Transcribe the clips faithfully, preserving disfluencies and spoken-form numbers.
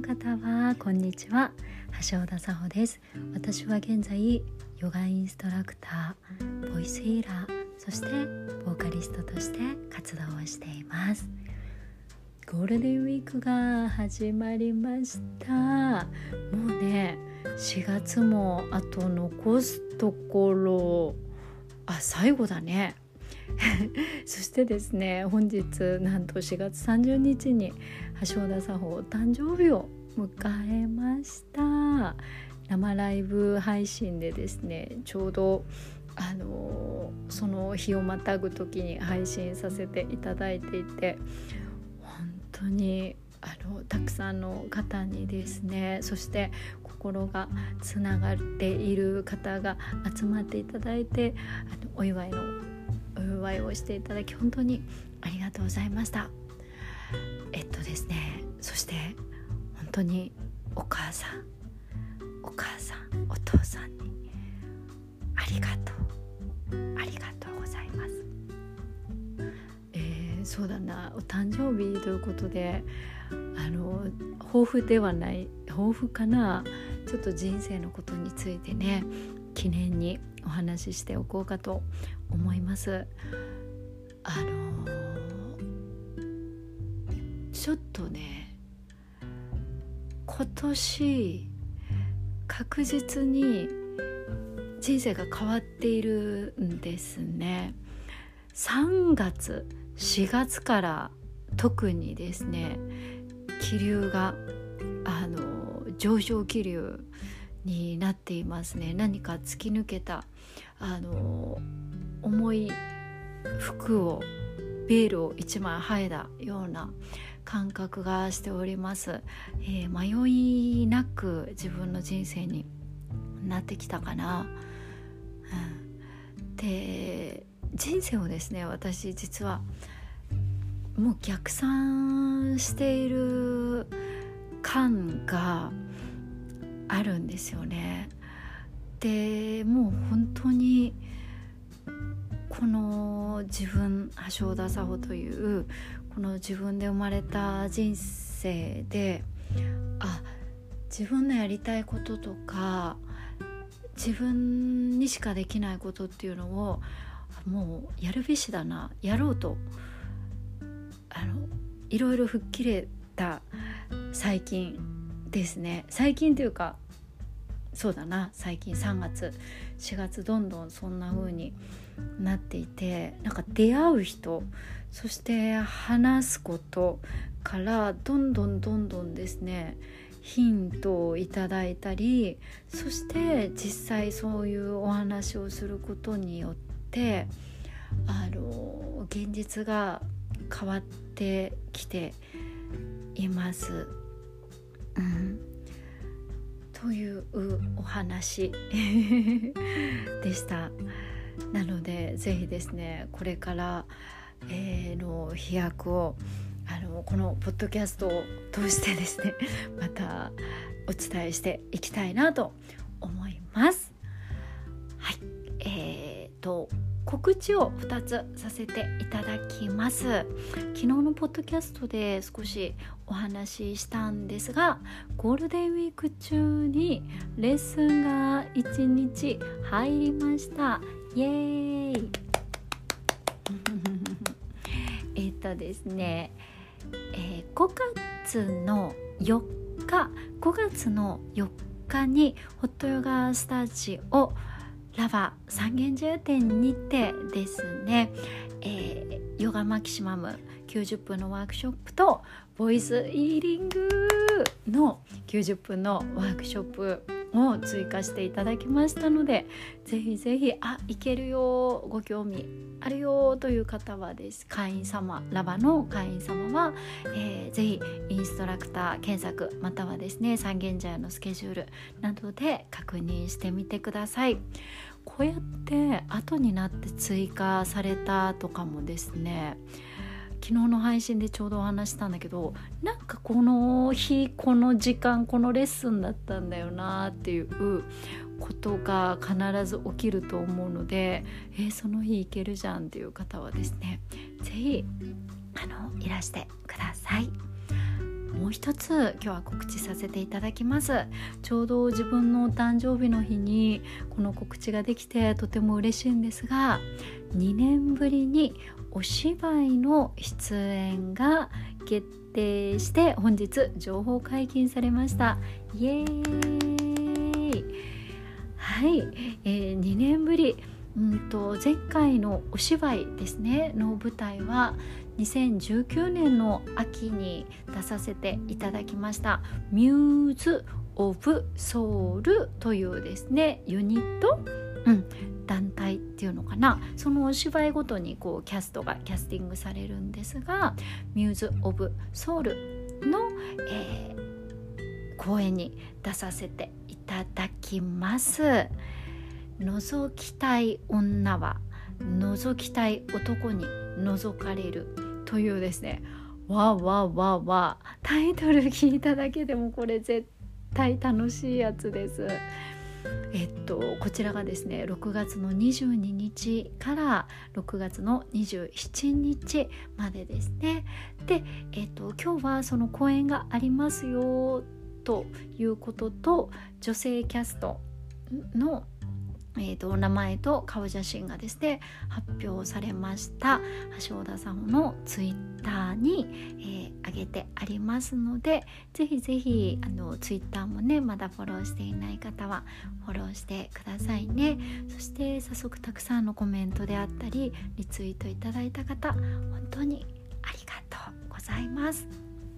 方はこんにちは、橋尾田沙穂です。私は現在ヨガインストラクター、ボイスヒーラー、そしてボーカリストとして活動をしています。ゴールデンウィークが始まりました。もうね、しがつもあと残すところあ最後だねそしてですね、本日なんとしがつさんじゅうにちに橋尾田沙穂お誕生日を迎えました。生ライブ配信でですね、ちょうどあのその日をまたぐ時に配信させていただいていて、本当にあのたくさんの方にですね、そして心がつながっている方が集まっていただいて、あのお祝いのお祝いをしていただき本当にありがとうございました。えっとですねそして本当にお母さんお母さんお父さんにありがとうありがとうございます。えー、そうだな、お誕生日ということであの抱負ではない抱負かな、ちょっと人生のことについてね、記念にお話ししておこうかと思います。あのー、ちょっとね、今年確実に人生が変わっているんですね。さんがつしがつから特にですね、気流があの上昇気流になっていますね。何か突き抜けたあの重い服をベールを一枚剥いだような感覚がしております。えー、迷いなく自分の人生になってきたかな、うん、で人生をですね、私実はもう逆算している感があるんですよね。でもう本当にこの自分橋尾田沙穂というこの自分で生まれた人生で、あ自分のやりたいこととか自分にしかできないことっていうのをもうやるべしだな、やろうとあのいろいろ吹っ切れた最近ですね。最近というかそうだな、最近さんがつしがつどんどんそんな風になっていて、なんか出会う人、そして話すことからどんどんどんどんですねヒントをいただいたり、そして実際そういうお話をすることによってあの現実が変わってきています、うん、というお話でした。なのでぜひですね、これから、えー、の飛躍をあのこのポッドキャストを通してですねまたお伝えしていきたいなと思います。はい、えーと告知をふたつさせていただきます。昨日のポッドキャストで少しお話ししたんですが、ゴールデンウィーク中にレッスンがいちにち入りました。イエーイえっとですね、えー、ごがつのよっかごがつのよっかにホットヨガスタジオラバ三軒茶屋店にてですね、えー、ヨガマキシマムきゅうじゅっぷんのワークショップとボイスヒーリングのきゅうじゅっぷんのワークショップを追加していただきましたので、ぜひぜひあいけるよ、ご興味あるよという方はです、会員様ラバの会員様は、えー、ぜひインストラクター検索またはですね三軒茶屋のスケジュールなどで確認してみてください。こうやって後になって追加されたとかもですね、昨日の配信でちょうどお話したんだけど、なんかこの日この時間このレッスンだったんだよなっていうことが必ず起きると思うので、えー、その日行けるじゃんっていう方はですね、ぜひあのいらしてください。 もう一つ今日は告知させていただきます。ちょうど自分のお誕生日の日にこの告知ができてとても嬉しいんですが、にねんぶりにお芝居の出演が決定して本日情報解禁されました。イエーイ。はい、えー、にねんぶり、うんと前回のお芝居ですねの舞台はにせんじゅうきゅうねんの秋に出させていただきましたミューズ・オブ・ソウルというですねユニット、うん、団体っていうのかな、そのお芝居ごとにこうキャストがキャスティングされるんですが、ミューズ・オブ・ソウルの、えー、公演に出させていただきます。覗きたい女は覗きたい男に覗かれるというですね、わわわわタイトル聞いただけでもこれ絶対楽しいやつです。えっとこちらがですねろくがつのにじゅうににちからろくがつのにじゅうしちにちまでですね。で、えっと今日はその公演がありますよということと、女性キャストのえー、と名前と顔写真がですね発表されました。橋尾田さんのツイッターに、えー、上げてありますので、ぜひぜひあのツイッターもねまだフォローしていない方はフォローしてくださいね。そして早速たくさんのコメントであったりリツイートいただいた方、本当にありがとうございます。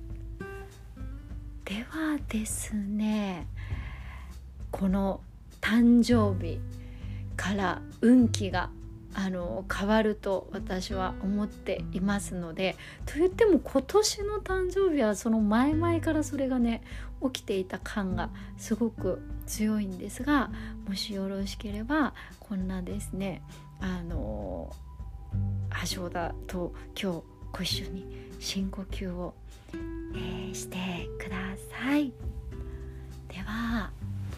ではですね、この誕生日から運気があの変わると私は思っていますので、と言っても今年の誕生日はその前々からそれがね起きていた感がすごく強いんですが、もしよろしければこんなですねあの橋尾田と今日ご一緒に深呼吸を、えー、してください。では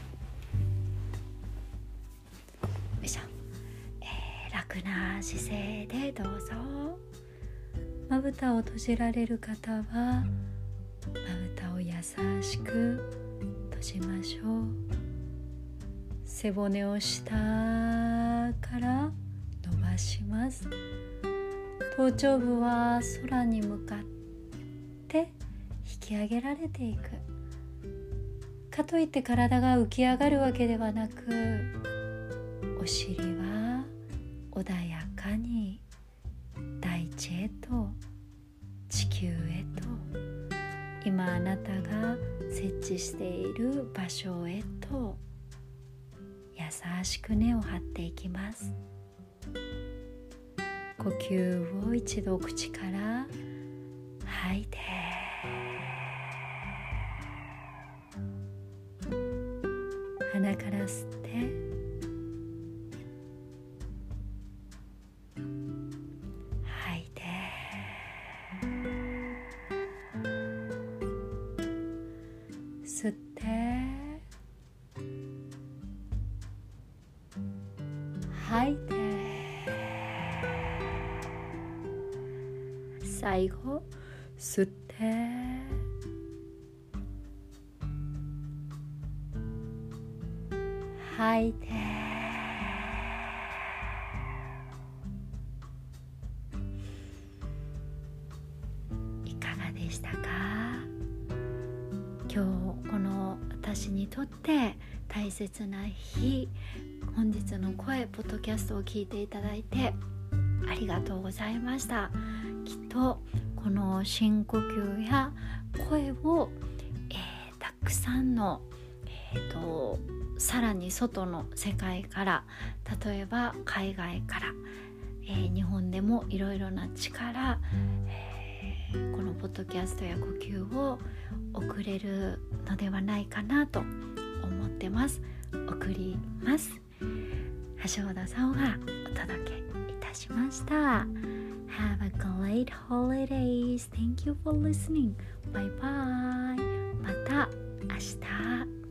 よいしょ、えー、楽な姿勢でどうぞ。まぶたを閉じられる方はまぶたを優しく閉じましょう。背骨を下から伸ばします。頭頂部は空に向かって引き上げられていく。かといって体が浮き上がるわけではなく、お尻は穏やかに大地へと地球へと今あなたが設置している場所へと優しく根を張っていきます。呼吸を一度口から吐いて、鼻から吸って吸って吐いて、最後吸って吐いて、いかがでしたか？今日この私にとって大切な日、本日の声ポッドキャストを聞いていただいてありがとうございました。きっとこの深呼吸や声を、えー、たくさんの、えーと、さらに外の世界から、例えば海外から、えー、日本でもいろいろな力、えー、このポッドキャストや呼吸を送れるのではないかなと思ってます。送ります。橋尾田さんがお届けいたしました。Have a great holidays. Thank you for listening. Bye bye. また明日。